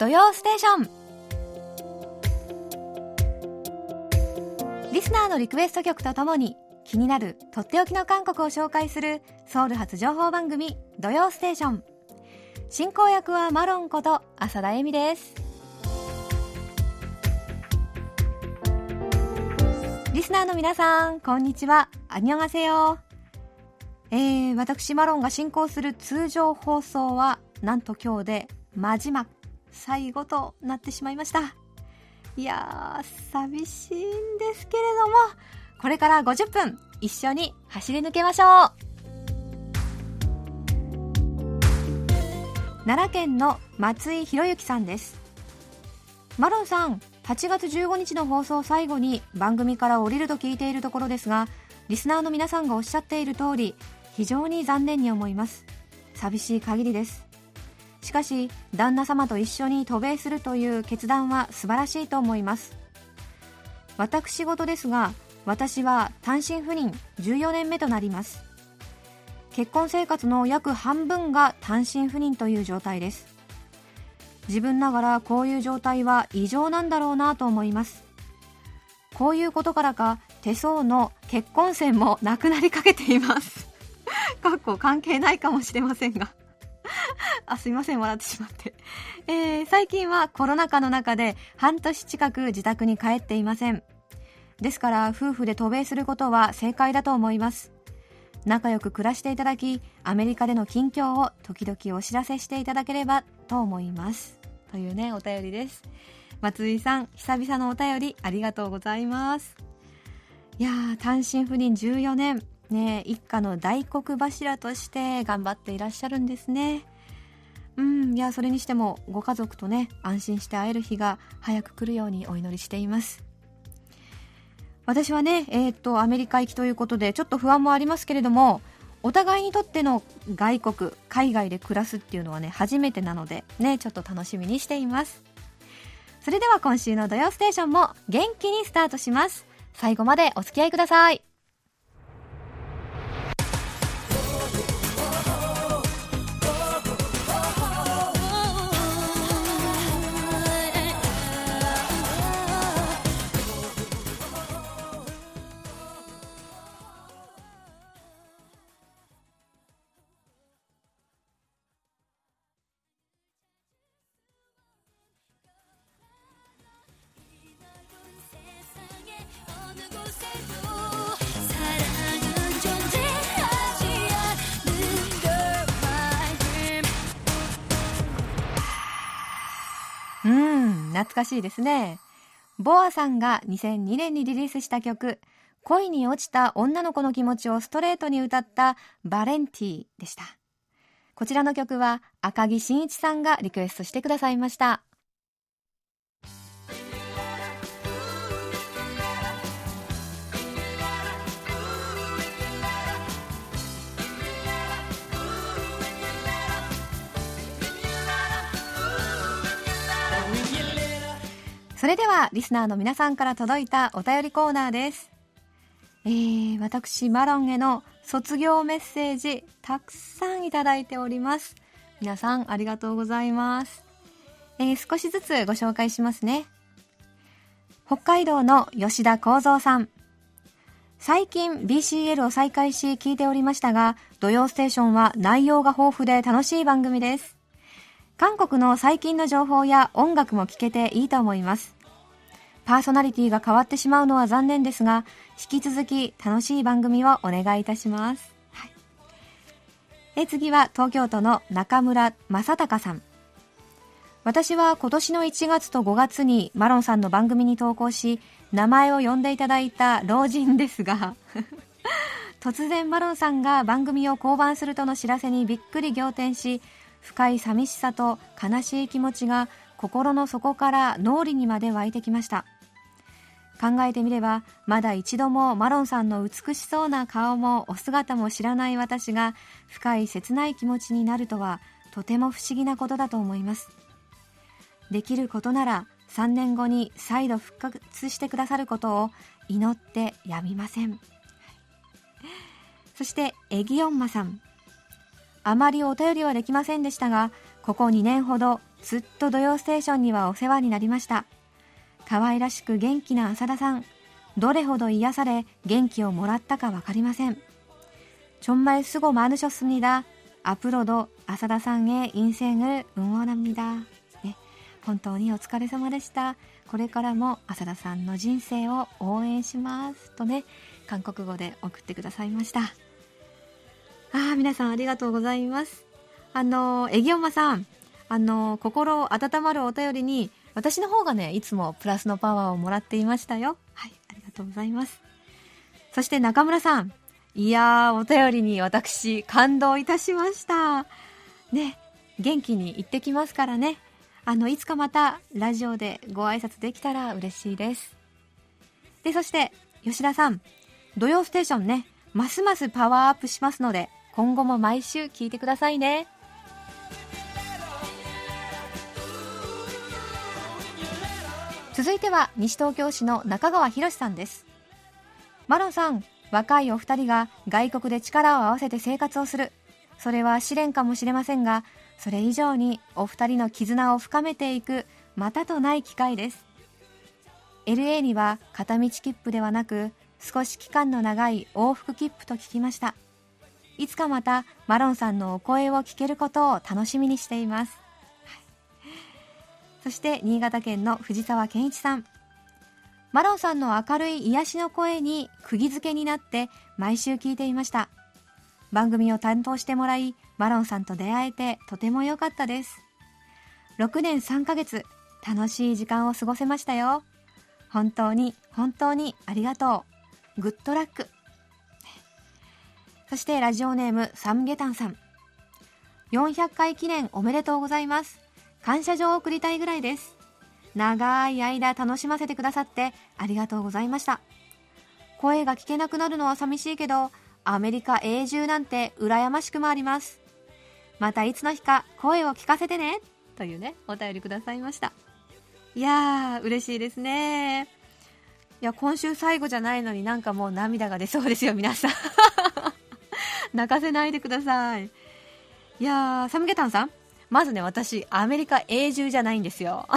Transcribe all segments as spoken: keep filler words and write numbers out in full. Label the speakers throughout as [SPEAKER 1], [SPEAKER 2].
[SPEAKER 1] 土曜ステーション。リスナーのリクエスト曲とともに気になるとっておきの韓国を紹介するソウル発情報番組土曜ステーション。進行役はマロンこと浅田恵美です。リスナーの皆さん、こんにちは。アニョンハセヨ。えー、私マロンが進行する通常放送はなんと今日でマジマ最後となってしまいました。いやー、寂しいんですけれども、これからごじゅっぷん一緒に走り抜けましょう。奈良県の松井博之さんです。マロンさん、はちがつじゅうごにちの放送最後に番組から降りると聞いているところですが、リスナーの皆さんがおっしゃっている通り、非常に残念に思います。寂しい限りです。しかし旦那様と一緒に渡米するという決断は素晴らしいと思います。私事ですが、私は単身赴任じゅうよねんめとなります。結婚生活の約半分が単身赴任という状態です。自分ながらこういう状態は異常なんだろうなと思います。こういうことからか手相の結婚線もなくなりかけていますかっこ関係ないかもしれませんがあ、すいません、笑ってしまって、えー、最近はコロナ禍の中で半年近く自宅に帰っていません。ですから夫婦で渡米することは正解だと思います。仲良く暮らしていただき、アメリカでの近況を時々お知らせしていただければと思います、というね、お便りです。松井さん、久々のお便りありがとうございます。いやー、単身赴任じゅうよねんね、一家の大黒柱として頑張っていらっしゃるんですね。うん、いや、それにしてもご家族とね、安心して会える日が早く来るようにお祈りしています。私はね、えー、っとアメリカ行きということでちょっと不安もありますけれども、お互いにとっての外国海外で暮らすっていうのはね、初めてなのでね、ちょっと楽しみにしています。それでは今週の土曜ステーションも元気にスタートします。最後までお付き合いください。うん、懐かしいですね。ボアさんがにせんにねんにリリースした曲、恋に落ちた女の子の気持ちをストレートに歌ったバレンティでした。こちらの曲は赤木真一さんがリクエストしてくださいました。それではリスナーの皆さんから届いたお便りコーナーです。えー、私マロンへの卒業メッセージたくさんいただいております。皆さんありがとうございます。えー、少しずつご紹介しますね。北海道の吉田幸三さん。最近 ビーシーエル を再開し聞いておりましたが、土曜ステーションは内容が豊富で楽しい番組です。韓国の最近の情報や音楽も聞けていいと思います。パーソナリティが変わってしまうのは残念ですが、引き続き楽しい番組をお願いいたします。はい、え次は東京都の中村正隆さん。私は今年のいちがつとごがつにマロンさんの番組に投稿し、名前を呼んでいただいた老人ですが突然マロンさんが番組を降板するとの知らせにびっくり仰天し、深い寂しさと悲しい気持ちが心の底から脳裏にまで湧いてきました。考えてみれば、まだ一度もマロンさんの美しそうな顔もお姿も知らない私が深い切ない気持ちになるとは、とても不思議なことだと思います。できることならさんねんごに再度復活してくださることを祈ってやみません。そしてエギヨンマさん。あまりお便りはできませんでしたが、ここにねんほどずっと土曜ステーションにはお世話になりました。可愛らしく元気な浅田さん、どれほど癒され元気をもらったかわかりません。정말 수고 많으셨습니다。앞으로도浅田さんへ인생을 응원합니다。ね、本当にお疲れ様でした。これからも浅田さんの人生を応援しますとね、韓国語で送ってくださいました。あー、皆さんありがとうございます。あのえぎおまさん、あの心温まるお便りに私の方がね、いつもプラスのパワーをもらっていましたよ。はい、ありがとうございます。そして中村さん、いやー、お便りに私感動いたしましたね。元気に行ってきますからね。あのいつかまたラジオでご挨拶できたら嬉しいです。で、そして吉田さん、土曜ステーションね、ますますパワーアップしますので、今後も毎週聞いてくださいね。続いては西東京市の中川博さんです。マロンさん、若いお二人が外国で力を合わせて生活をする、それは試練かもしれませんが、それ以上にお二人の絆を深めていくまたとない機会です。 エルエー には片道切符ではなく、少し期間の長い往復切符と聞きました。いつかまたマロンさんのお声を聞けることを楽しみにしています。そして新潟県の藤沢健一さん、マロンさんの明るい癒しの声に釘付けになって毎週聞いていました。番組を担当してもらい、マロンさんと出会えてとても良かったです。ろくねんさんかげつ楽しい時間を過ごせましたよ。本当に本当にありがとう。グッドラック。そしてラジオネームサムゲタンさん、よんひゃっかい記念おめでとうございます。感謝状を送りたいぐらいです。長い間楽しませてくださってありがとうございました。声が聞けなくなるのは寂しいけど、アメリカ永住なんて羨ましくもあります。またいつの日か声を聞かせてね、というね、お便りくださいました。いやー、嬉しいですね。いや、今週最後じゃないのになんかもう涙が出そうですよ、皆さん。泣かせないでください。いやー、サムゲタンさん、まずね、私アメリカ永住じゃないんですよ。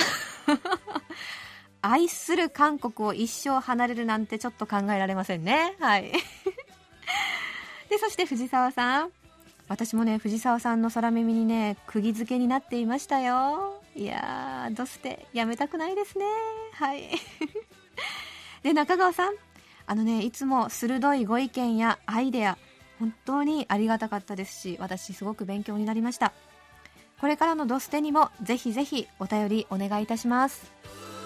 [SPEAKER 1] 愛する韓国を一生離れるなんてちょっと考えられませんね。はい。で、そして藤沢さん、私もね、藤沢さんの空耳にね、釘付けになっていましたよ。いやー、ドステやめたくないですね。はい。で、中川さん、あのね、いつも鋭いご意見やアイデア本当にありがたかったですし、私すごく勉強になりました。これからのドステにもぜひぜひお便りお願いいたします。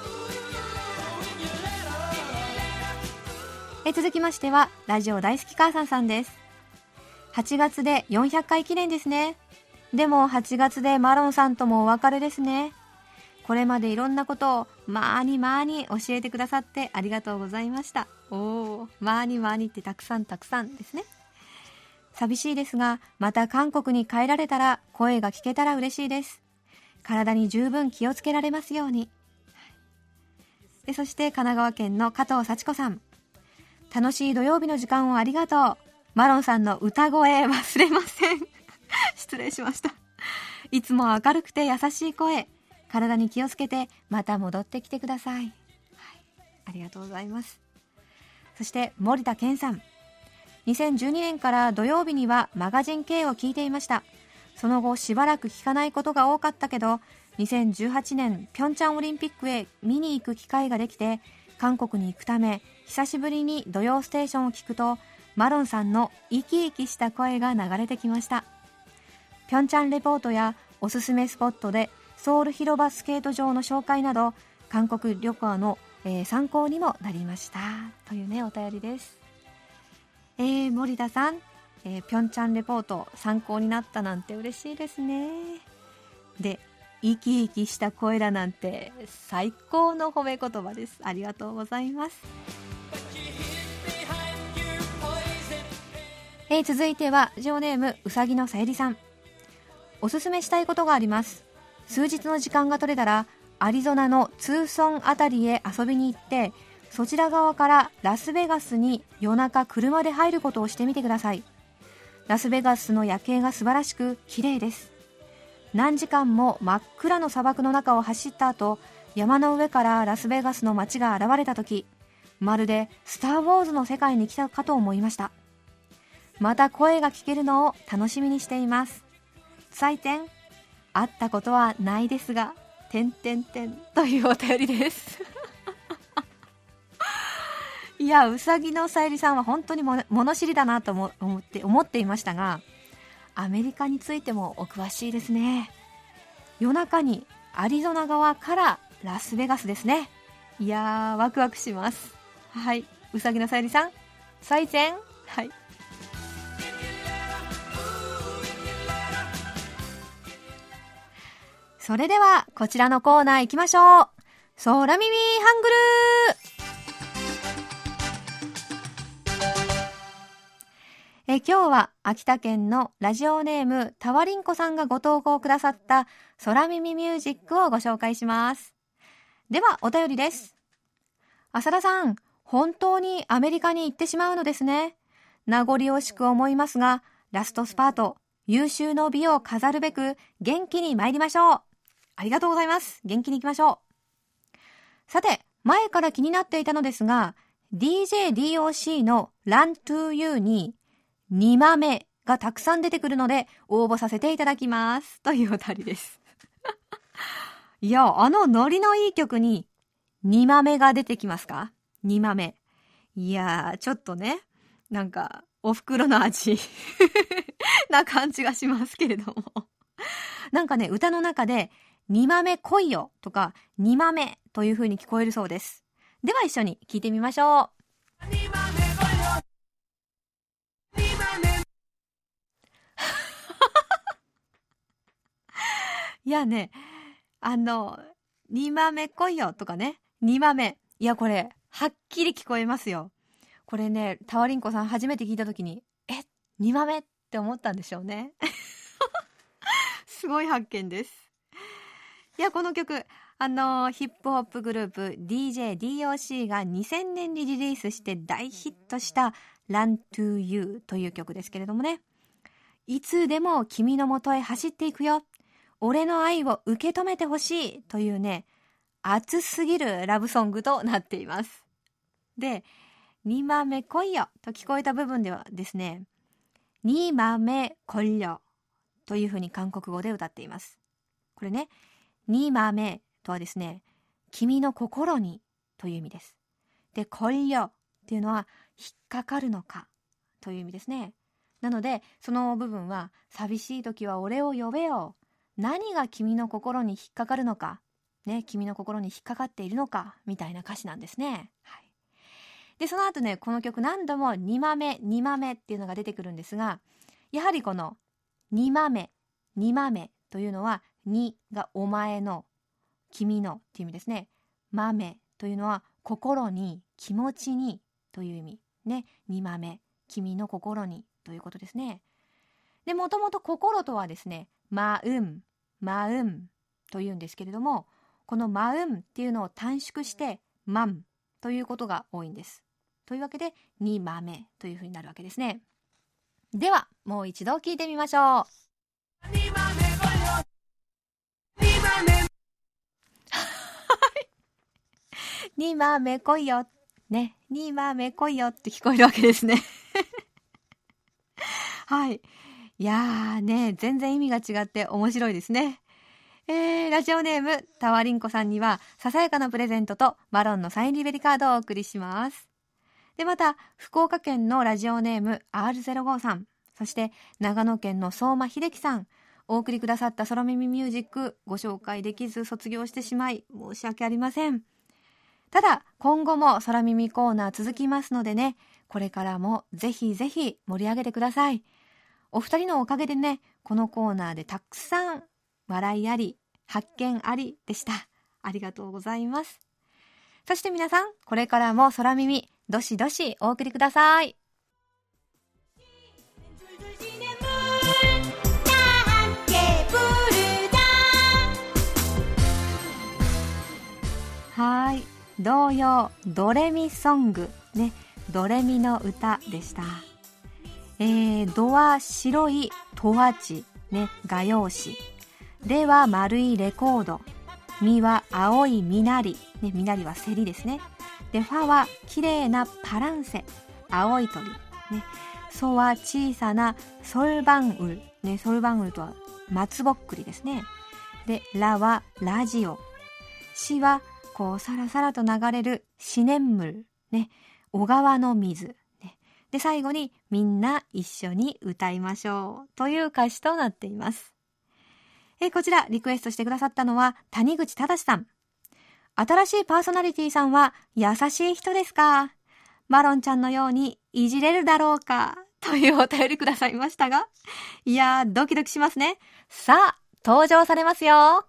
[SPEAKER 1] え続きましてはラジオ大好き母さんさんです。はちがつでよんひゃっかい記念ですね。でもはちがつでマロンさんともお別れですね。これまでいろんなことをまーにまーに教えてくださってありがとうございました。おー、まーにまーにってたくさんたくさんですね。寂しいですが、また韓国に帰られたら声が聞けたら嬉しいです。体に十分気をつけられますように。で、そして神奈川県の加藤幸子さん、楽しい土曜日の時間をありがとう。マロンさんの歌声忘れません。失礼しました。いつも明るくて優しい声、体に気をつけてまた戻ってきてください。はい、ありがとうございます。そして森田健さん、にせんじゅうにねんから土曜日にはマガジン K を聞いていました。その後しばらく聞かないことが多かったけど、にせんじゅうはちねんピョンチャンオリンピックへ見に行く機会ができて、韓国に行くため久しぶりに土曜ステーションを聞くと、マロンさんの生き生きした声が流れてきました。ピョンチャンレポートやおすすめスポットでソウル広場スケート場の紹介など、韓国旅行の、えー、参考にもなりましたというね、お便りです。えー、森田さん、えー、ピョンチャンレポート参考になったなんて嬉しいですね。で、生き生きした声だなんて最高の褒め言葉です。ありがとうございます。えー、続いてはラジオネームうさぎのさゆりさん、おすすめしたいことがあります。数日の時間が取れたらアリゾナのツーソンあたりへ遊びに行って、そちら側からラスベガスに夜中車で入ることをしてみてください。ラスベガスの夜景が素晴らしく綺麗です。 何時間も真っ暗の砂漠の中を走った後、山の上からラスベガスの街が現れた時、まるでスター・ウォーズの世界に来たかと思いました。また声が聞けるのを楽しみにしています。採点、会ったことはないですが、てんてんてんというお便りですいや、うさぎのさゆりさんは本当にも物知りだなと思って思っていましたが、アメリカについてもお詳しいですね。夜中にアリゾナ側からラスベガスですね。いやー、ワクワクします。はい、うさぎのさゆりさん、採点。はい、それではこちらのコーナー行きましょう。空耳ハングル。え今日は秋田県のラジオネームたわりんこさんがご投稿くださった空耳ミュージックをご紹介します。ではお便りです。浅田さん、本当にアメリカに行ってしまうのですね。名残惜しく思いますが、ラストスパート、優秀の美を飾るべく元気に参りましょう。ありがとうございます。元気に行きましょう。さて、前から気になっていたのですが、 ディージェーディーオーシー の Run to You にに豆がたくさん出てくるので応募させていただきますというお便りですいや、あのノリのいい曲にに豆が出てきますか？に豆。いやー、ちょっとね、なんかお袋の味な感じがしますけれどもなんかね、歌の中でに豆来いよとかに豆という風に聞こえるそうです。では一緒に聞いてみましょう。に豆来いよ、に豆いやね、あのに豆来いよとかね、に豆、いやこれはっきり聞こえますよ。これね、たわりんこさん初めて聞いた時に、え、に豆って思ったんでしょうねすごい発見です。いや、この曲、あのヒップホップグループ ディージェーディーオーシー がにせんねんにリリースして大ヒットした Run to You という曲ですけれどもね、いつでも君の元へ走っていくよ、俺の愛を受け止めてほしいというね、熱すぎるラブソングとなっています。で、に豆来いよと聞こえた部分ではですね、に豆来いよというふうに韓国語で歌っています。これね、に豆とはですね、君の心にという意味です。で、来いよっていうのは引っかかるのかという意味ですね。なのでその部分は、寂しい時は俺を呼べよ、何が君の心に引っかかるのかね、君の心に引っかかっているのかみたいな歌詞なんですね。はい。で、その後ね、この曲何度もに豆に豆っていうのが出てくるんですが、やはりこのに豆に豆というのは、にがお前の、君のっていう意味ですね。豆というのは心に、気持ちにという意味ね。に豆、君の心にということですね。で、もともと心とはですね、マウンマウンというんですけれども、このマウンっていうのを短縮してマンということが多いんです。というわけでに豆というふうになるわけですね。ではもう一度聞いてみましょう。に豆に豆に豆来いよね、に豆来いよって聞こえるわけですねはい。いやーね、全然意味が違って面白いですね。えー、ラジオネームたわりんこさんにはささやかなプレゼントとマロンのサインリベリカードをお送りします。で、また福岡県のラジオネーム アールゼロご さん、そして長野県の相馬秀樹さん、お送りくださった空耳ミュージックご紹介できず卒業してしまい申し訳ありません。ただ今後も空耳コーナー続きますのでね、これからもぜひぜひ盛り上げてください。お二人のおかげでね、このコーナーでたくさん笑いあり発見ありでした。ありがとうございます。そして皆さん、これからも空耳どしどしお送りください。はい、童謡ドレミソングね、ドレミの歌でした。えー、ドは白いトワチね、画用紙レは丸いレコード、ミは青いミナリ、ね、ミナリはセリですね。でファは綺麗なパランセ、青い鳥、ね、ソは小さなソルバンウル、ね、ソルバンウルとは松ぼっくりですね。でラはラジオ、シはこうサラサラと流れるシネンムル、ね、小川の水、ね、で最後にみんな一緒に歌いましょうという歌詞となっています。えこちらリクエストしてくださったのは谷口忠さん。新しいパーソナリティさんは優しい人ですか？マロンちゃんのようにいじれるだろうか？というお便りくださいましたが、いやードキドキしますね。さあ登場されますよ。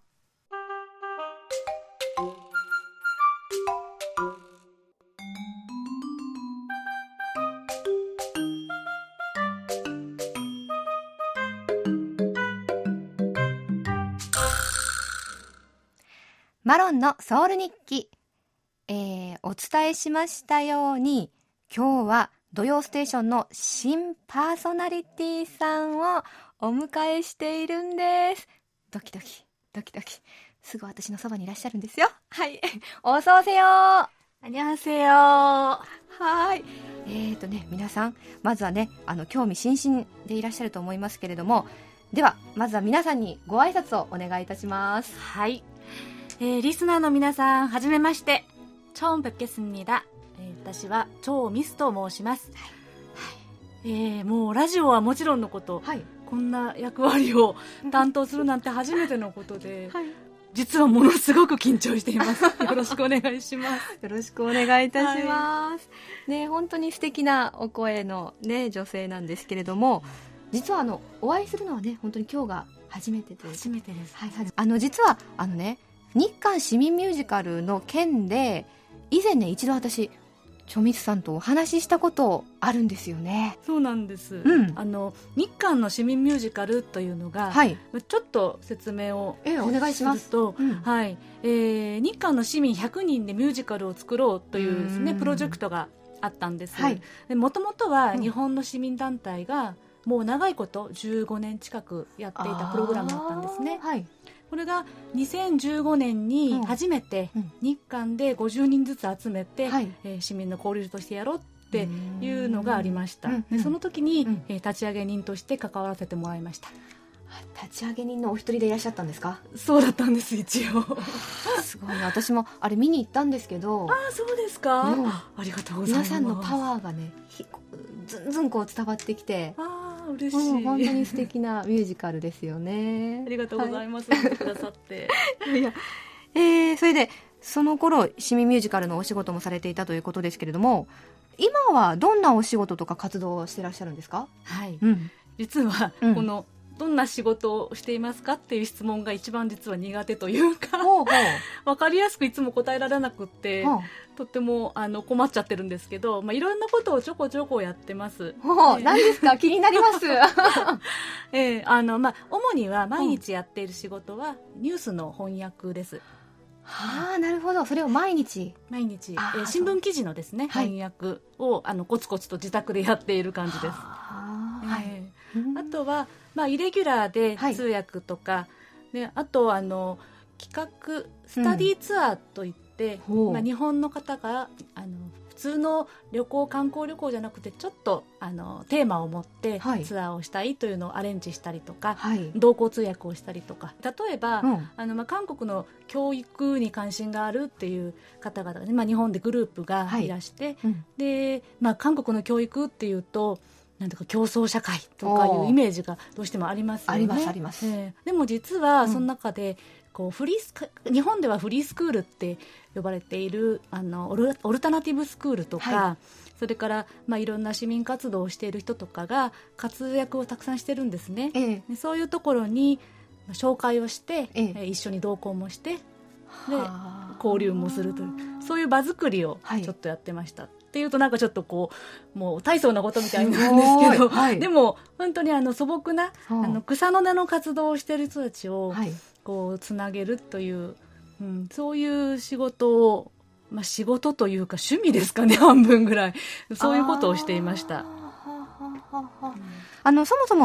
[SPEAKER 1] マロンのソウル日記、えー、お伝えしましたように今日は土曜ステーションの新パーソナリティさんをお迎えしているんです。ドキドキドキドキ、すぐ私のそばにいらっしゃるんですよ。はい、おそうせよー。
[SPEAKER 2] あにゃんせよー。
[SPEAKER 1] はい、えーとね皆さんまずはねあの興味津々でいらっしゃると思いますけれども、ではまずは皆さんにご挨拶をお願いいたします。
[SPEAKER 2] はい、えー、リスナーの皆さんはじめまして、처음 뵙겠습니다。えー、私は超ミスと申します。はいはい、えー、もうラジオはもちろんのこと、はい、こんな役割を担当するなんて初めてのことで、はい、実はものすごく緊張しています。よろしくお願いします。
[SPEAKER 1] よろしくお願いいたします。はい、ね、本当に素敵なお声の、ね、女性なんですけれども、実はあのお会いするのはね本当に今日が初めてです。
[SPEAKER 2] 初めてです。
[SPEAKER 1] はい、あの実はあのね日韓市民ミュージカルの件で以前ね一度私チョミスさんとお話ししたことあるんですよね。
[SPEAKER 2] そうなんです、
[SPEAKER 1] うん、
[SPEAKER 2] あの日韓の市民ミュージカルというのが、はい、ちょっと説明を
[SPEAKER 1] えお願いします
[SPEAKER 2] と、うん、はいえー、日韓の市民ひゃくにんでミュージカルを作ろうというですね、プロジェクトがあったんです。もともとは日本の市民団体がもう長いことじゅうごねん近くやっていたプログラムだったんですね。はい、これがにせんじゅうごねんに初めて日韓でごじゅうにんずつ集めて、うん、えー、市民の交流としてやろうっていうのがありました。でその時に、うん、えー、立ち上げ人として関わらせてもらいました。
[SPEAKER 1] 立ち上げ人のお一人でいらっしゃったんですか？
[SPEAKER 2] そうだったんです、一応。
[SPEAKER 1] すごい、私もあれ見に行ったんですけど。
[SPEAKER 2] ああそうですか、うん、ありがとうございます。
[SPEAKER 1] 皆さんのパワーがねずんずんこう伝わってきて、
[SPEAKER 2] あ嬉しい、
[SPEAKER 1] うん、本当に素敵なミュージカルですよね。
[SPEAKER 2] ありがとうございます、はい、見てくださって
[SPEAKER 1] いや、えー、それでその頃市民ミュージカルのお仕事もされていたということですけれども、今はどんなお仕事とか活動をしてらっしゃるんですか？
[SPEAKER 2] はい、うん、実はこの、うん、どんな仕事をしていますかっていう質問が一番実は苦手というか、ほうほう分かりやすくいつも答えられなくって、ほうとってもあの困っちゃってるんですけど、まあ、いろんなことをちょこちょこやってます。
[SPEAKER 1] ほう、何ですか？気になります、
[SPEAKER 2] えーあのまあ、主には毎日やっている仕事はニュースの翻訳です。
[SPEAKER 1] はあ、なるほど。それを毎日
[SPEAKER 2] 毎日、えー、新聞記事のですね、はい、翻訳をあのコツコツと自宅でやっている感じです。はあ、えー、あとは、まあ、イレギュラーで通訳とか、はい、であとあの企画スタディーツアーといって、うん、まあ、日本の方があの普通の旅行観光旅行じゃなくてちょっとあのテーマを持ってツアーをしたいというのをアレンジしたりとか、はい、同行通訳をしたりとか、例えば、うん、あのまあ、韓国の教育に関心があるっていう方々が、ね、まあ、日本でグループがいらして、はい、うん、でまあ、韓国の教育っていうとなんとか競争社会とかいうイメージがどうしてもありますよね。
[SPEAKER 1] ありますあります、
[SPEAKER 2] えー、でも実はその中で、こうフリース日本ではフリースクールって呼ばれているあのオル、オルタナティブスクールとか、はい、それから、まあ、いろんな市民活動をしている人とかが活躍をたくさんしてるんですね、ええ、そういうところに紹介をして、ええ、一緒に同行もしてで交流もするという、そういう場作りをちょっとやってました、はい、っていうとなんかちょっとこうもう大層なことみたいなんですけど、はい、でも本当にあの素朴なあの草の根の活動をしている人たちを、はい、こうつなげるという、うん、そういう仕事を、まあ、仕事というか趣味ですかね、半分ぐらいそういうことをしていました。
[SPEAKER 1] あ、うん、あのそもそも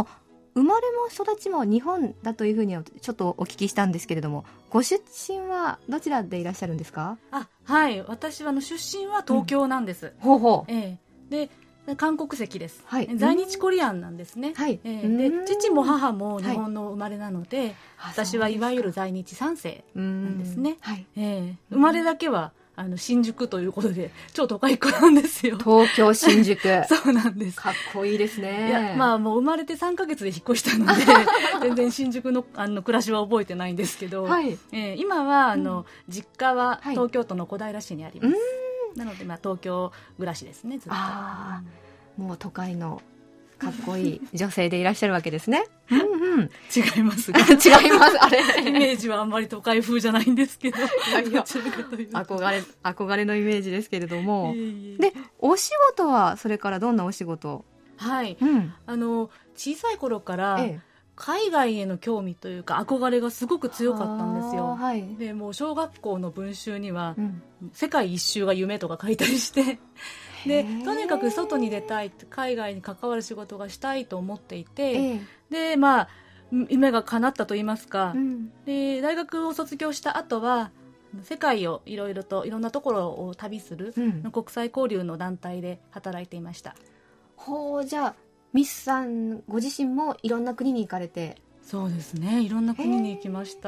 [SPEAKER 1] 生まれも育ちも日本だというふうにはちょっとお聞きしたんですけれども、ご出身はどちらでいらっしゃるんですか？
[SPEAKER 2] あ、はい、私はあの出身は東京なんです、
[SPEAKER 1] うん、ほうほう、
[SPEAKER 2] ええ、で韓国籍です、
[SPEAKER 1] はい、
[SPEAKER 2] 在日コリアンなんですね、
[SPEAKER 1] はい、
[SPEAKER 2] えー、で父も母も日本の生まれなので、はい、私はいわゆる在日三世なんですね、はい、えー、生まれだけはあの新宿ということで超都会っ子なんですよ。
[SPEAKER 1] 東京新宿
[SPEAKER 2] そうなんです。
[SPEAKER 1] かっこいいですね。
[SPEAKER 2] いや、まあもう生まれてさんかげつで引っ越したので全然新宿 の, あの暮らしは覚えてないんですけど、はい、えー、今はあの、うん、実家は東京都の小平市にあります、はい、なので、まあ、東京暮らしですね、ずっと。
[SPEAKER 1] あ、もう都会のかっこいい女性でいらっしゃるわけですね。うんうん、
[SPEAKER 2] 違いますが
[SPEAKER 1] 違いますあれ
[SPEAKER 2] イメージはあんまり都会風じゃないんですけど
[SPEAKER 1] 憧れ憧れのイメージですけれども、いえいえ、でお仕事はそれからどんなお仕事？
[SPEAKER 2] はい、うん、あの小さい頃から、ええ、海外への興味というか憧れがすごく強かったんですよ、はい、でもう小学校の文集には、うん、世界一周が夢とか書いたりしてでとにかく外に出たい、海外に関わる仕事がしたいと思っていて、ええ、でまあ夢が叶ったと言いますか、うん、で大学を卒業した後は世界をいろいろといろんなところを旅する、うん、国際交流の団体で働いていました。
[SPEAKER 1] ほう、じゃあミスさんご自身もいろんな国に行かれて？
[SPEAKER 2] そうですね、いろんな国に行きました。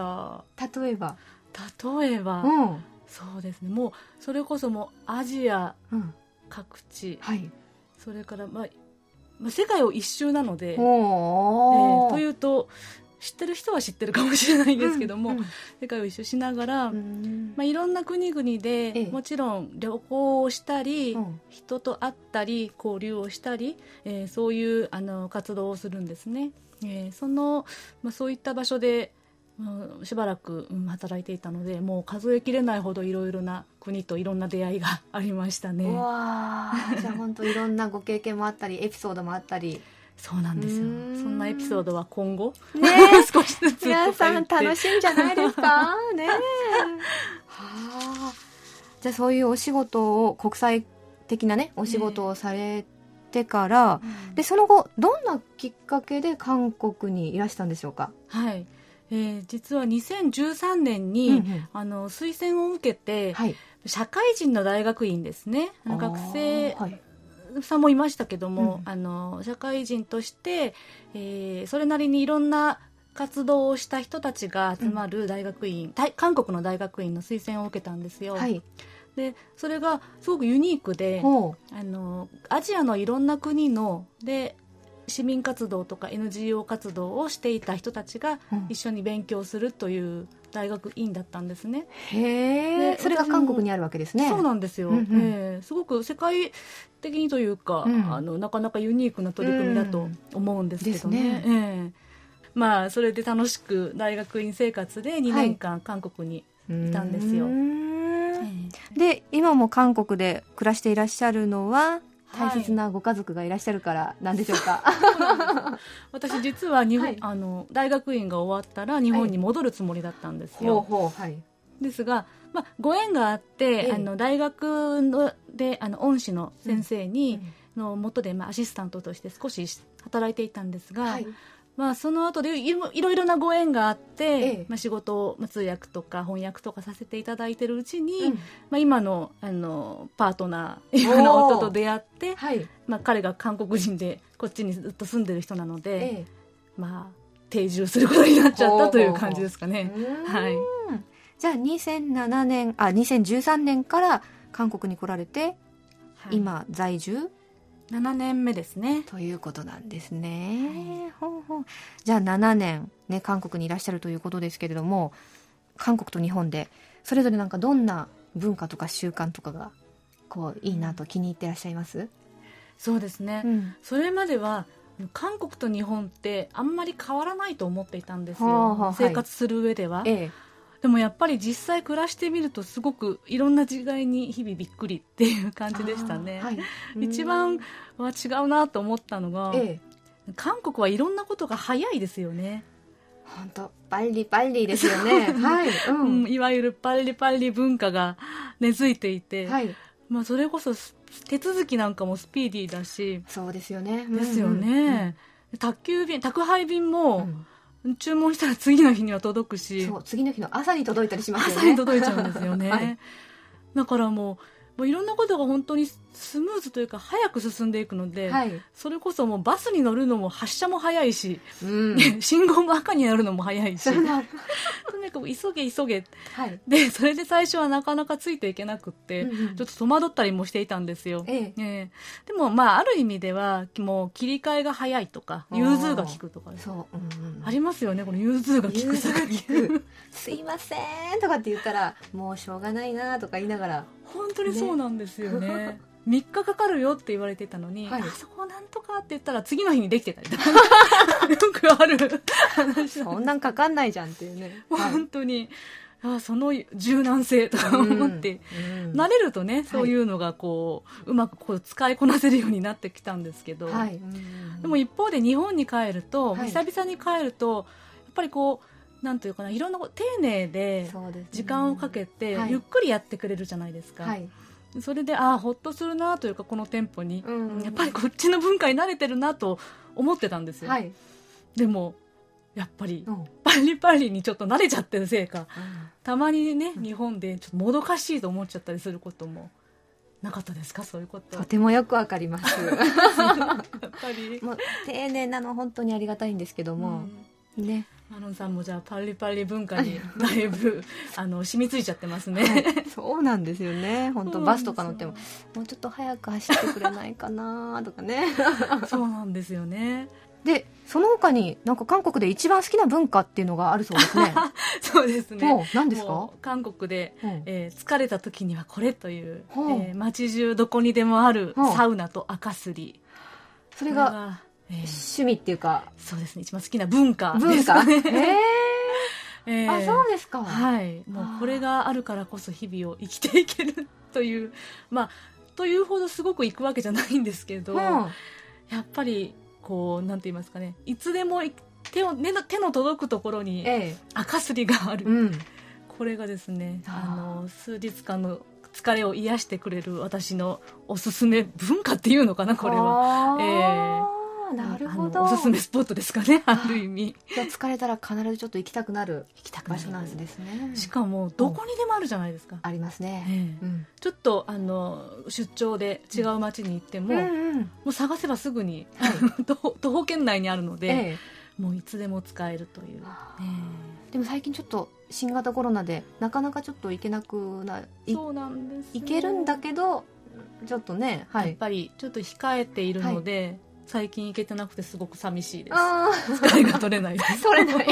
[SPEAKER 1] 例えば
[SPEAKER 2] 例えば、うん、そうですね、もうそれこそもうアジア、うん各地、はい、それから、まあまあ、世界を一周なので、えー、というと知ってる人は知ってるかもしれないんですけども、うんうん、世界を一周しながら、うんまあ、いろんな国々で、ええ、もちろん旅行をしたり、うん、人と会ったり交流をしたり、えー、そういうあの活動をするんですね、えー そのまあ、そういった場所でしばらく、うん、働いていたので、もう数えきれないほどいろいろな国といろんな出会いがありましたね。
[SPEAKER 1] うわじゃあ本当いろんなご経験もあったりエピソードもあったり。
[SPEAKER 2] そうなんですよ。そんなエピソードは今後、
[SPEAKER 1] ね、少しずつ皆さん楽しいんじゃないですかねはあ、じゃあそういうお仕事を国際的なねお仕事をされてから、ねうん、でその後どんなきっかけで韓国にいらしたんでしょうか？
[SPEAKER 2] はい、えー、実はにせんじゅうさんねんに、うんうん、あの推薦を受けて、はい、社会人の大学院ですね、あの学生さんもいましたけども、うん、あの社会人として、えー、それなりにいろんな活動をした人たちが集まる大学院、うん、韓国の大学院の推薦を受けたんですよ、はい、でそれがすごくユニークで、あのアジアのいろんな国ので市民活動とか エヌジーオー 活動をしていた人たちが一緒に勉強するという大学院だったんですね、
[SPEAKER 1] うん、へえ、それが韓国にあるわけですね。
[SPEAKER 2] そうなんですよ、うんうんえー、すごく世界的にというか、うん、あのなかなかユニークな取り組みだと思うんですけどね、うんですね、えーまあ、それで楽しく大学院生活でにねんかん韓国にいたんですよ、はい、
[SPEAKER 1] で今も韓国で暮らしていらっしゃるのは大切なご家族がいらっしゃるからなんでしょうか？
[SPEAKER 2] はい、私実は日本、はい、あの大学院が終わったら日本に戻るつもりだったんですよ、はい、ほうほうはい、ですが、まあ、ご縁があって、ええ、あの大学のであの恩師の先生に、うん、の元で、まあ、アシスタントとして少し働いていたんですが、はいまあ、その後でいろいろなご縁があって、ええまあ、仕事を、まあ、通訳とか翻訳とかさせていただいているうちに、うんまあ、今 の, あのパートナー今の夫と出会って、はいまあ、彼が韓国人でこっちにずっと住んでる人なので、ええまあ、定住することになっちゃったという感じですかね。はい、
[SPEAKER 1] じゃあにせんななねんあにせんじゅうさんねんから韓国に来られて、はい、今在住
[SPEAKER 2] ななねんめですね。
[SPEAKER 1] ということなんですね、はい、ほうほうじゃあななねん、ね、韓国にいらっしゃるということですけれども、韓国と日本でそれぞれなんかどんな文化とか習慣とかがこういいなと気に入ってらっしゃいます？
[SPEAKER 2] そうですね、うん、それまでは韓国と日本ってあんまり変わらないと思っていたんですよ、はあはあ、生活する上では、はいええでもやっぱり実際暮らしてみるとすごくいろんな違いに日々びっくりっていう感じでしたね、はい、一番は違うなと思ったのが、ええ、韓国はいろんなことが早いですよね。
[SPEAKER 1] 本当パリパリですよね、はいうん
[SPEAKER 2] うん、いわゆるパリパリ文化が根付いていて、はいまあ、それこそ手続きなんかもスピーディーだし
[SPEAKER 1] そうですよね、
[SPEAKER 2] ですよね、うんうん宅急便宅配便も、うん、注文したら次の日には届くし、
[SPEAKER 1] そう次の日の朝に届いたりしますよね。
[SPEAKER 2] 朝に届いちゃうんですよね、
[SPEAKER 1] はい、
[SPEAKER 2] だからもうもういろんなことが本当にスムーズというか早く進んでいくので、はい、それこそもうバスに乗るのも発車も早いし、うん、信号も赤になるのも早いしとにかく急げ急げ、はい、でそれで最初はなかなかついていけなくって、うんうん、ちょっと戸惑ったりもしていたんですよ、ええええ、でもまあある意味ではもう切り替えが早いとか融通が利くとか、そう、うんうん、ありますよね、この融通が利く
[SPEAKER 1] すいませんとかって言ったらもうしょうがないなとか言いながら、
[SPEAKER 2] 本当にそうなんですよね、ねみっかかかるよって言われてたのに、はい、あそこなんとかって言ったら次の日にできてたりとかよくある話。
[SPEAKER 1] そんなんかかんないじゃんっていうね、
[SPEAKER 2] 本当に、はい、あその柔軟性とか思って、うんうん、慣れるとねそういうのがこう、はい、うまくこう使いこなせるようになってきたんですけど、はい、うん、でも一方で日本に帰ると、はい、久々に帰るとやっぱりこうなんというかないろんな丁寧で時間をかけてゆっくりやってくれるじゃないですか、はい、それでああほっとするなというかこの店舗に、うんうん、やっぱりこっちの文化に慣れてるなと思ってたんですよ、はい、でもやっぱり、うん、パリパリにちょっと慣れちゃってるせいか、うん、たまにね日本でちょっともどかしいと思っちゃったりすることもなかったですか？そういうこと
[SPEAKER 1] とてもよくわかりますやっ
[SPEAKER 2] ぱり
[SPEAKER 1] もう丁寧なの本当にありがたいんですけども、うん、ね、
[SPEAKER 2] マロンさんもじゃあパリパリ文化にだいぶあの染みついちゃってますね、
[SPEAKER 1] はい、そうなんですよね。本当バスとか乗ってももうちょっと早く走ってくれないかなとかね
[SPEAKER 2] そうなんですよね。
[SPEAKER 1] でその他になんか韓国で一番好きな文化っていうのがあるそうですね
[SPEAKER 2] そうですね。
[SPEAKER 1] 何ですか？
[SPEAKER 2] 韓国で、うん、えー、疲れた時にはこれという、うん、えー、街中どこにでもあるサウナと赤すり、
[SPEAKER 1] うん、それがえー、趣味っていうか、
[SPEAKER 2] そうですね、一番好きな文化です
[SPEAKER 1] 文化、
[SPEAKER 2] ね
[SPEAKER 1] えーえー、あ、そうですか。
[SPEAKER 2] はい、もうこれがあるからこそ日々を生きていけるという、まあというほどすごく行くわけじゃないんですけど、うん、やっぱりこうなんて言いますかね、いつでも手を手の手の届くところに赤すりがある、えーうん、これがですね、あの数日間の疲れを癒してくれる私のおすすめ文化っていうのかな、これは。えー
[SPEAKER 1] なるほど、
[SPEAKER 2] おすすめスポットですかね、ある意味。
[SPEAKER 1] 疲れたら必ずちょっと行きたくなる場所なんですね。
[SPEAKER 2] しかもどこにでもあるじゃないですか。
[SPEAKER 1] ありますね、
[SPEAKER 2] えーうん、ちょっとあの出張で違う町に行っても、うんうん、もう探せばすぐに、はい、徒歩、徒歩圏内にあるので、えー、もういつでも使えるという、え
[SPEAKER 1] ー、でも最近ちょっと新型コロナでなかなかちょっと行けなくな、
[SPEAKER 2] そうなんです、ね、
[SPEAKER 1] 行けるんだけどちょっとね、はい、
[SPEAKER 2] やっぱりちょっと控えているので、はい、最近行けてなくてすごく寂しいです。疲れが取れないです
[SPEAKER 1] 取れない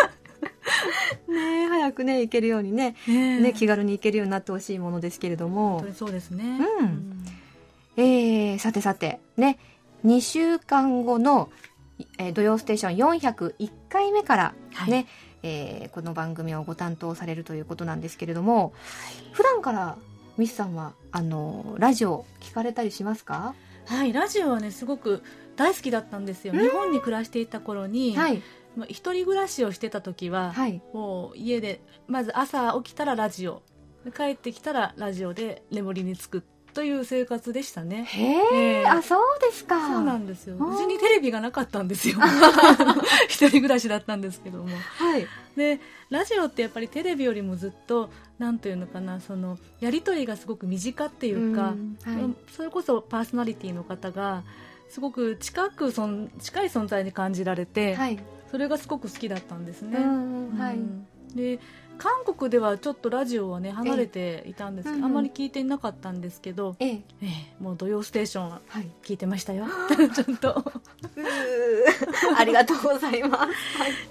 [SPEAKER 1] ね、早くね行けるように ね, ね気軽に行けるようになってほしいものですけれども、
[SPEAKER 2] 本当にそうですね、
[SPEAKER 1] うんうん、えー、さてさてね、にしゅうかんごの、えー、土曜ステーションよんひゃくいっかいめからね、はい、えー、この番組をご担当されるということなんですけれども、普段からミスさんはあのラジオ聞かれたりしますか？
[SPEAKER 2] はい、ラジオはねすごく大好きだったんですよ。日本に暮らしていた頃に、はい、まあ、一人暮らしをしてた時は、はい、もう家でまず朝起きたらラジオ、帰ってきたらラジオで眠りにつくという生活でしたね。
[SPEAKER 1] へえ、あ、そうですか。
[SPEAKER 2] そうなんですよ。うちにテレビがなかったんですよ一人暮らしだったんですけども、はい、でラジオってやっぱりテレビよりもずっとなんというのかな、そのやり取りがすごく身近っていうか、うん、はい、それこそパーソナリティの方がすごく近くそん近い存在に感じられて、はい、それがすごく好きだったんですね、うんうん、はい、で韓国ではちょっとラジオはね離れていたんですけど、ええ、あんまり聞いていなかったんですけど、ええええ、もう土曜ステーションは聞いてましたよ、はい、ちょっと
[SPEAKER 1] ありがとうございます、はい、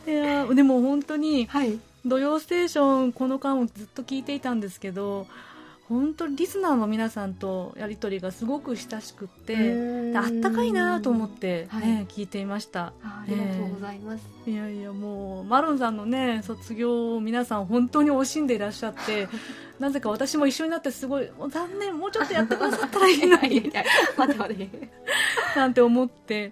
[SPEAKER 2] いやでも本当に、はい、土曜ステーションこの間もずっと聞いていたんですけど、本当にリスナーの皆さんとやり取りがすごく親しくってあったかいなと思って、はい、ね、聞いていました。
[SPEAKER 1] あ, ありがとうございます、
[SPEAKER 2] えー、いやいやもうマロンさんのね卒業を皆さん本当に惜しんでいらっしゃってなぜか私も一緒になってすごいもう残念、もうちょっとやってくださったらいいのになんて思って、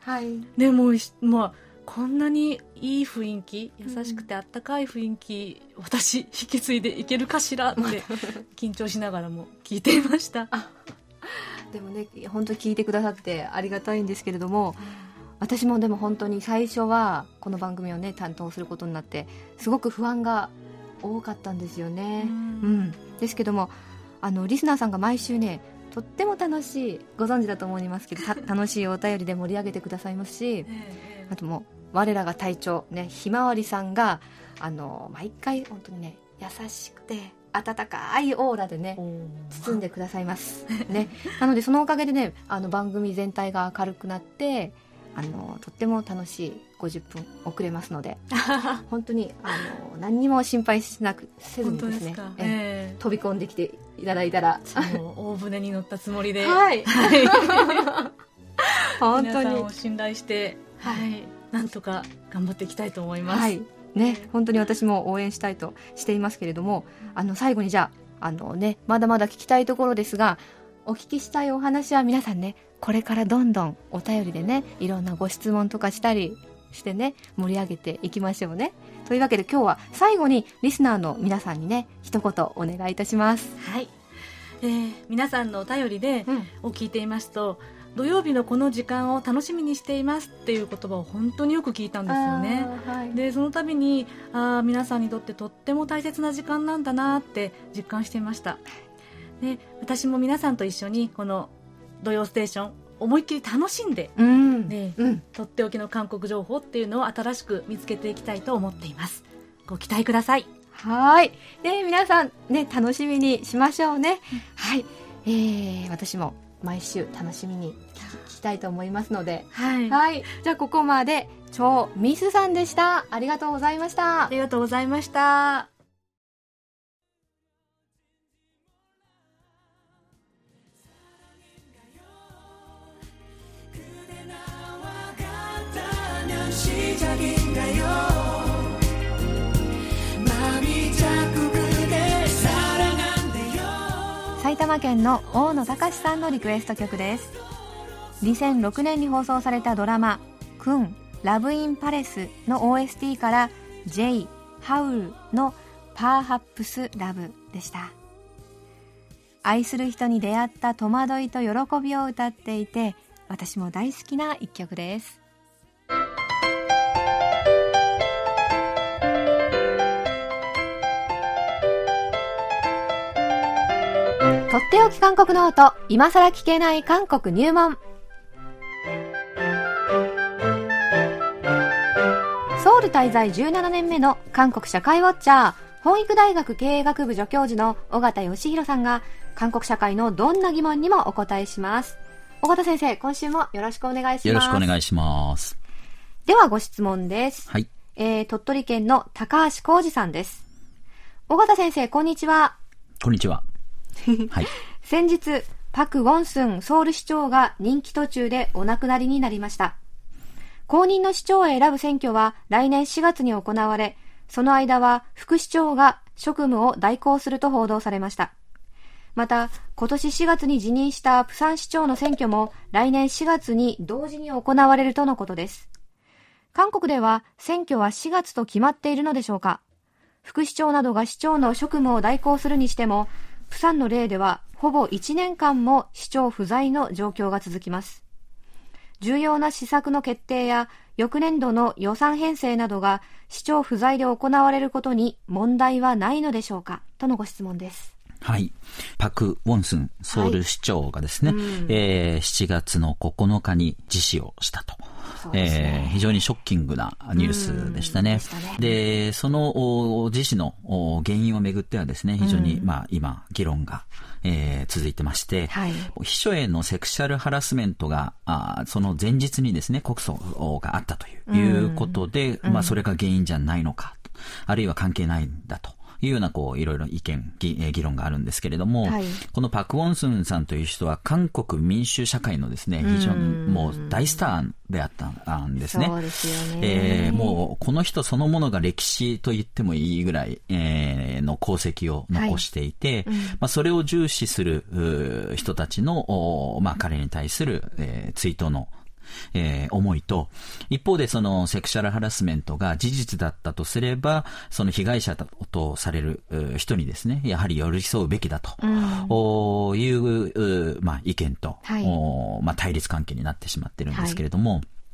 [SPEAKER 2] はい、でもまあこんなにいい雰囲気、優しくてあったかい雰囲気、うん、私引き継いでいけるかしらって緊張しながらも聞いていました
[SPEAKER 1] でもね本当に聞いてくださってありがたいんですけれども、 私もでも本当に最初はこの番組をね担当することになってすごく不安が多かったんですよね。うん、うん、ですけどもあのリスナーさんが毎週ねとっても楽しい、ご存知だと思いますけど楽しいお便りで盛り上げてくださいますし、あともう我らが隊長ねひまわりさんがあの毎回本当にね優しくて温かいオーラでね包んでくださいますね。なのでそのおかげでねあの番組全体が明るくなってあのとっても楽しいごじゅっぷん遅れますので本当にあの何にも心配しなくせずにですね、えー、飛び込んできていただいたら
[SPEAKER 2] 大船に乗ったつもりで、
[SPEAKER 1] はい、本当に
[SPEAKER 2] 皆さんを信頼して、はい、なんとか頑張っていきたいと思います、
[SPEAKER 1] はいね、本当に私も応援したいとしていますけれども、あの最後にじゃあ、あの、ね、まだまだ聞きたいところですが、お聞きしたいお話は皆さんねこれからどんどんお便りでねいろんなご質問とかしたりしてね盛り上げていきましょうね。というわけで今日は最後にリスナーの皆さんにね一言お願いいたします。
[SPEAKER 2] はい、えー、皆さんのお便りで、うん、を聞いていますと土曜日のこの時間を楽しみにしていますっていう言葉を本当によく聞いたんですよね、はい、でその度にあ皆さんにとってとっても大切な時間なんだなって実感していました。で私も皆さんと一緒にこの土曜ステーション思いっきり楽しんで、うんねうん、とっておきの韓国情報っていうのを新しく見つけていきたいと思っています。ご期待ください。
[SPEAKER 1] はい、で皆さん、ね、楽しみにしましょうね、うん、はい、えー、私も毎週楽しみに聞きたいと思いますので、はいはい、じゃあここまでチョミスさんでした。ありがとうございました。
[SPEAKER 2] ありがとうございました。
[SPEAKER 1] 埼玉県の大野隆さんのリクエスト曲です。にせんろくねんに放送されたドラマクンラブインパレスの オーエスティー から J ハウルのパーハップスラブでした。愛する人に出会った戸惑いと喜びを歌っていて私も大好きな一曲です。とっておき韓国ノート、今さら聞けない韓国入門。ソウル滞在じゅうななねんめの韓国社会ウォッチャー、本育大学経営学部助教授の尾形義弘さんが韓国社会のどんな疑問にもお答えします。尾形先生、今週もよろしくお願いします。
[SPEAKER 3] よろしくお願いします。
[SPEAKER 1] ではご質問です。
[SPEAKER 3] はい。
[SPEAKER 1] えー、鳥取県の高橋浩二さんです。尾形先生、こんにちは。
[SPEAKER 3] こんにちは。はい、
[SPEAKER 1] 先日パク・ウォンスンソウル市長が任期途中でお亡くなりになりました。後任の市長を選ぶ選挙は来年しがつに行われ、その間は副市長が職務を代行すると報道されました。また今年しがつに辞任したプサン市長の選挙も来年しがつに同時に行われるとのことです。韓国では選挙はしがつと決まっているのでしょうか。副市長などが市長の職務を代行するにしてもプサンの例ではほぼいちねんかんも市長不在の状況が続きます。重要な施策の決定や翌年度の予算編成などが市長不在で行われることに問題はないのでしょうか、とのご質問です。
[SPEAKER 3] はい。パク・ウォンスンソウル市長がですね、はい、えー、しちがつのここのかに辞世をしたと。ね、えー、非常にショッキングなニュースでしたね。でしたね。で、その辞世の原因をめぐってはですね、非常に、まあ、今議論が、えー、続いてまして、はい、秘書へのセクシャルハラスメントがあその前日にですね告訴があったということで、まあ、それが原因じゃないのか、あるいは関係ないんだというようなこういろいろ意見 議, 議論があるんですけれども、はい、このパク・ウォンスンさんという人は韓国民主社会のですね非常にもう大スターであったんですね。
[SPEAKER 1] そうですよね。
[SPEAKER 3] えー、もうこの人そのものが歴史と言ってもいいぐらい、えー、の功績を残していて、はい、うん、まあ、それを重視する人たちの、まあ、彼に対する、えー、追悼のえー、思いと、一方でそのセクシャルハラスメントが事実だったとすれば、その被害者とされる人にですね、やはり寄り添うべきだと、うん、いう、まあ、意見と、はい、まあ、対立関係になってしまっているんですけれども、はい、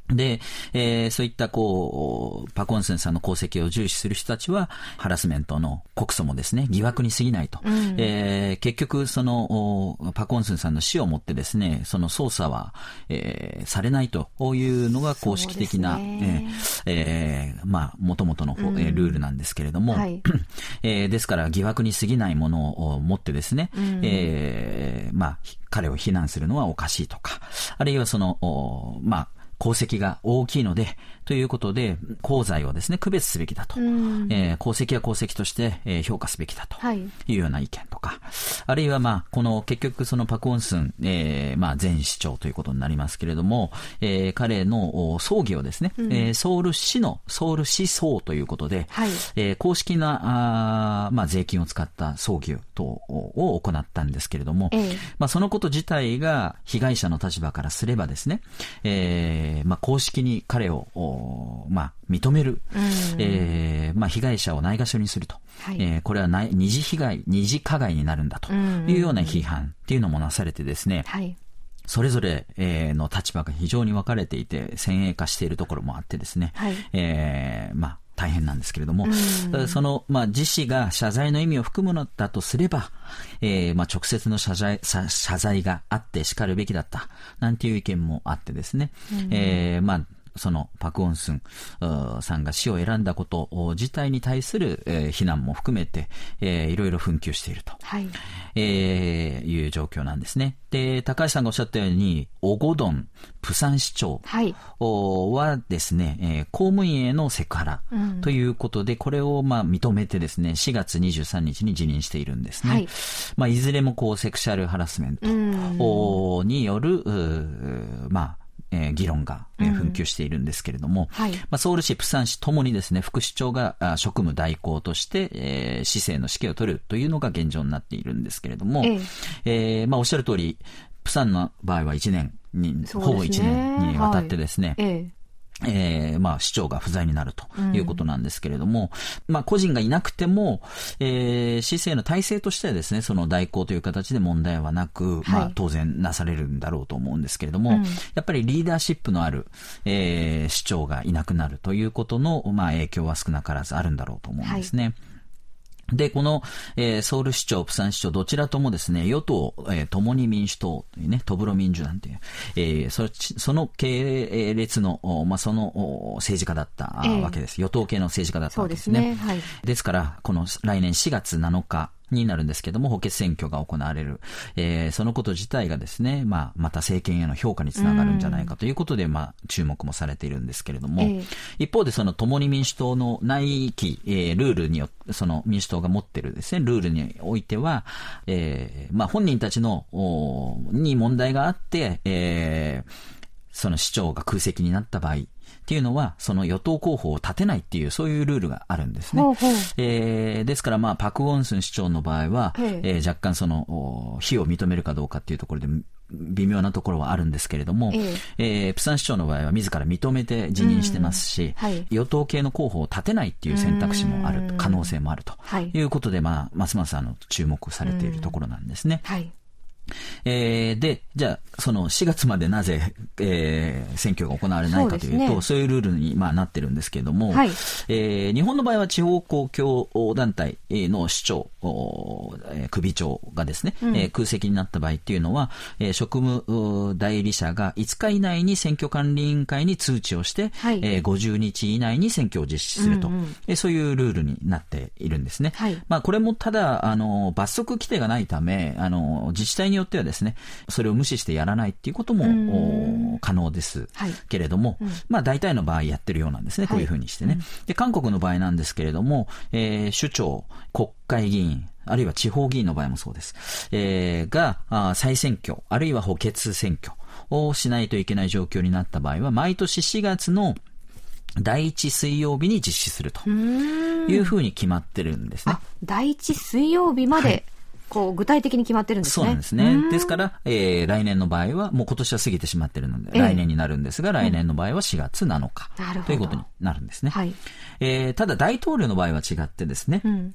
[SPEAKER 3] で、えー、そういったこう、パク・ウォンスンさんの功績を重視する人たちは、ハラスメントの告訴もですね、疑惑に過ぎないと。うん、えー、結局、その、パク・ウォンスンさんの死をもってですね、その捜査は、えー、されないというのが公式的な、ねえーえー、まあ、元々の、うん、ルールなんですけれども、はい、えー、ですから疑惑に過ぎないものを持ってですね、うん、えー、まあ、彼を非難するのはおかしいとか、あるいはその、まあ、功績が大きいので、ということで、功罪をですね、区別すべきだと。えー、功績は功績として、えー、評価すべきだというような意見とか、はい、あるいはまあ、この結局そのパク・ウォンスン、えー、まあ前市長ということになりますけれども、えー、彼の葬儀をですね、うん、えー、ソウル市の、ソウル市葬ということで、はい、えー、公式な、あまあ税金を使った葬儀等を行ったんですけれども、えー、まあそのこと自体が被害者の立場からすればですね、えー、まあ公式に彼を、まあ、認める、うん、えーまあ、被害者をないがしろにすると、はい、えー、これはない二次被害、二次加害になるんだというような批判っていうのもなされてですね、はい、それぞれの立場が非常に分かれていて先鋭化しているところもあってですね、はい、えー、まあ大変なんですけれども、うん、その、まあ、自死が謝罪の意味を含むのだとすれば、えー、まあ、直接の謝罪、謝罪があって叱るべきだった、なんていう意見もあってですね、うん、えー、まあ、そのパク・ウォンスンさんが死を選んだこと自体に対する、えー、非難も含めて、えー、いろいろ紛糾していると、はい、えー、いう状況なんですね。で、高橋さんがおっしゃったように、オゴドン、プサン市長はですね、えー、公務員へのセクハラということで、うん、これをまあ認めてですね、しがつにじゅうさんにちに辞任しているんですね。はい、まあ、いずれもこうセクシャルハラスメントによる、まあ、えー、議論が、えー、紛糾しているんですけれども、うん、はい、まあ、ソウル市、プサン市ともにですね、副市長が職務代行として、えー、市政の指揮を取るというのが現状になっているんですけれども、えーえーまあ、おっしゃる通り、プサンの場合はいちねんに、ね、ほぼいちねんにわたってですね、はい、えーえー、まあ、市長が不在になるということなんですけれども、うん、まあ、個人がいなくても、えー、市政の体制としてはですね、その代行という形で問題はなく、はい、まあ、当然なされるんだろうと思うんですけれども、うん、やっぱりリーダーシップのある、えー、市長がいなくなるということの、まあ、影響は少なからずあるんだろうと思うんですね。はい、で、この、えー、ソウル市長、プサン市長、どちらともですね、与党、えー、共に民主党というね、トブロ民主団という、えー、そ, その系列の、まあ、その政治家だったわけです。えー、与党系の政治家だったわけですね。そうですね。はい。ですから、この来年しがつなのか、になるんですけども、補欠選挙が行われる、えー、そのこと自体がですね、まあ、また政権への評価につながるんじゃないかということで、まあ、注目もされているんですけれども、えー、一方でその共に民主党の内規、えー、ルールによって、その民主党が持っているですね、ルールにおいては、えー、まあ、本人たちの、に問題があって、えー、その市長が空席になった場合、っていうのは、その与党候補を立てないっていう、そういうルールがあるんですね。ほうほう、えー、ですから、まあ、パク・ウォンスン市長の場合は、えー、若干その、非を認めるかどうかっていうところで、微妙なところはあるんですけれども、えーえー、プサン市長の場合は自ら認めて辞任してますし、はい、与党系の候補を立てないっていう選択肢もある、可能性もあるということで、まあ、ますますあの注目されているところなんですね。はい、えー、で、じゃあ、そのしがつまでなぜ、えー、選挙が行われないかというと、そうですね、そういうルールに、まあ、なってるんですけれども、はい、えー、日本の場合は地方公共団体の市長、えー、首長がですね、うん、えー、空席になった場合っていうのは、えー、職務代理者がいつか以内に選挙管理委員会に通知をして、はい、えー、ごじゅうにち以内に選挙を実施すると、うんうん、えー、そういうルールになっているんですね。はい、まあ、これもただ、あの、罰則規定がないため、あの、自治体にによってはですね、それを無視してやらないっていうことも可能です、はい、けれども、うん、まあ大体の場合やってるようなんですね、こういうふうにしてね。はい、で、韓国の場合なんですけれども、えー、首長、国会議員、あるいは地方議員の場合もそうです。えー、が、あ再選挙、あるいは補欠選挙をしないといけない状況になった場合は、毎年しがつのだいいち水曜日に実施するというふうに決まってるんですね。あ、だいいち水曜日まで、はい、こう具体的に決まってるんですね。そうなんですね。ですから、えー、来年の場合はもう今年は過ぎてしまっているので、えー、来年になるんですが、来年の場合はしがつなのか、うん、ということになるんですね。はい、えー、ただ大統領の場合は違ってですね、うん、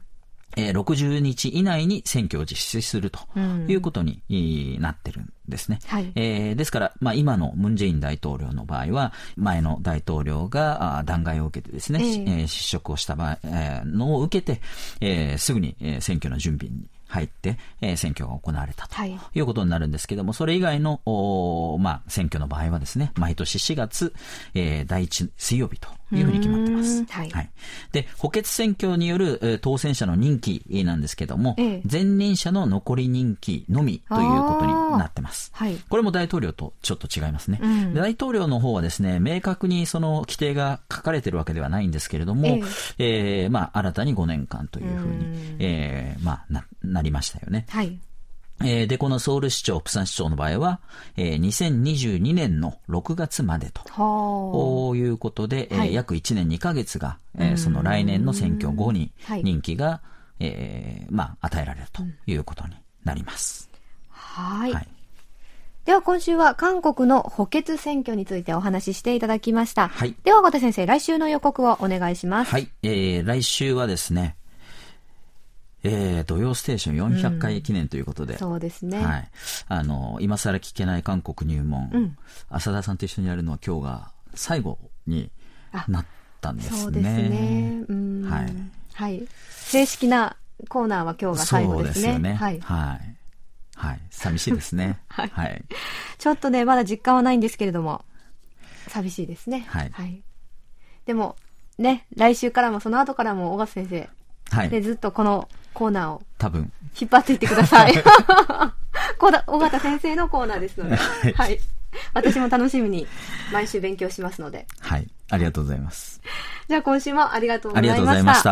[SPEAKER 3] えー、ろくじゅうにち以内に選挙を実施するということになってるんですね。はい、えー、ですから、まあ、今のムン・ジェイン大統領の場合は、前の大統領が弾劾を受けてですね、えーえー、失職をした場合、えー、のを受けて、えー、すぐに選挙の準備に入って、えー、選挙が行われたということになるんですけども、それ以外の、まあ、選挙の場合はですね、毎年しがつ、えー、だいいち水曜日というふうに決まってます。はい。はい。で、補欠選挙による、えー、当選者の任期なんですけども、ええ、前任者の残り任期のみということになってます。はい。これも大統領とちょっと違いますね。うん、大統領の方はですね、明確にその規定が書かれているわけではないんですけれども、えええー、まあ、新たにごねんかんというふうに、うえー、まあ、な、なりましたよね。はい。えー、で、このソウル市長、プサン市長の場合は、えー、にせんにじゅうにねんのろくがつまでということで、はい、えー、約いちねんにかげつが、えー、その来年の選挙後に任期が、はい、えー、まあ、与えられるということになります。
[SPEAKER 1] はい。はい。では今週は韓国の補欠選挙についてお話ししていただきました。はい。では、尾形先生、来週の予告をお願いします。
[SPEAKER 3] はい。えー、来週はですね、えー、土曜ステーションよんひゃっかい記念ということで、うん、
[SPEAKER 1] そうですね。
[SPEAKER 3] はい。あの、今更聞けない韓国入門、うん、浅田さんと一緒にやるのは今日が最後になったんですね。
[SPEAKER 1] そうですね。うん、はい。はい。正式なコーナーは今日が最後ですね。そうですよね。はい。はい。
[SPEAKER 3] はい。寂しいですね。
[SPEAKER 1] はい、はい。ちょっとね、まだ実感はないんですけれども、寂しいですね。はい。はい。でも、ね、来週からもその後からも、小笠先生、はい。で、ずっとこのコーナーを多分引っ張っていってください。小形先生のコーナーですので、はい、はい。私も楽しみに毎週勉強しますので。
[SPEAKER 3] はい。ありがとうございます。
[SPEAKER 1] じゃあ今週もありがとうございました。ありがとうございました。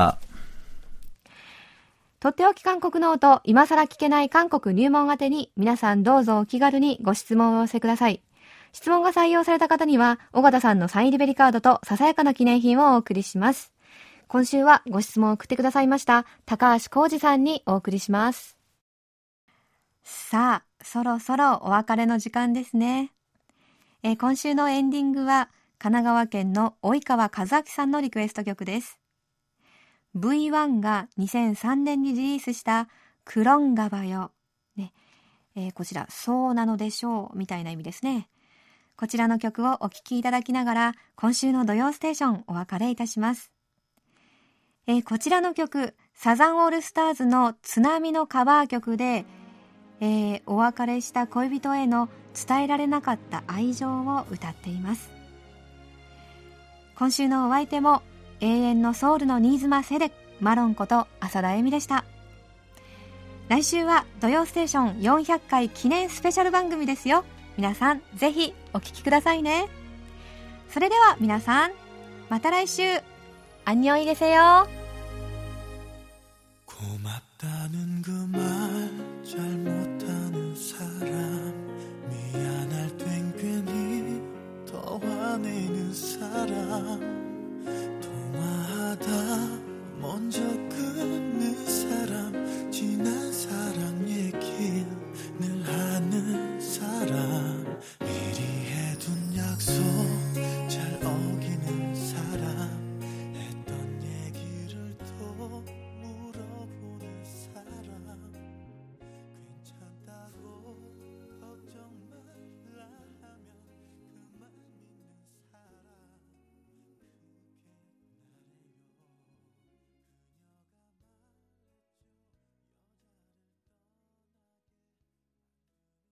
[SPEAKER 1] とっておき韓国ノート、今更聞けない韓国入門宛てに皆さんどうぞお気軽にご質問をお寄せください。質問が採用された方には、尾形さんのサインリベリカードとささやかな記念品をお送りします。今週はご質問を送ってくださいました高橋浩二さんにお送りします。さあ、そろそろお別れの時間ですね。えー、今週のエンディングは神奈川県の及川和明さんのリクエスト曲です。ブイワン がにせんさんねんにリリースしたクロンガバよ、ねえー、こちらそうなのでしょうみたいな意味ですね。こちらの曲をお聴きいただきながら今週の土曜ステーションお別れいたします。えー、こちらの曲、サザンオールスターズの津波のカバー曲で、えー、お別れした恋人への伝えられなかった愛情を歌っています。今週のお相手も永遠のソウルの新妻セデマロンこと浅田恵美でした。来週は土曜ステーションよんひゃっかい記念スペシャル番組ですよ。皆さんぜひお聞きくださいね。それでは皆さんまた来週。안녕히 계세요.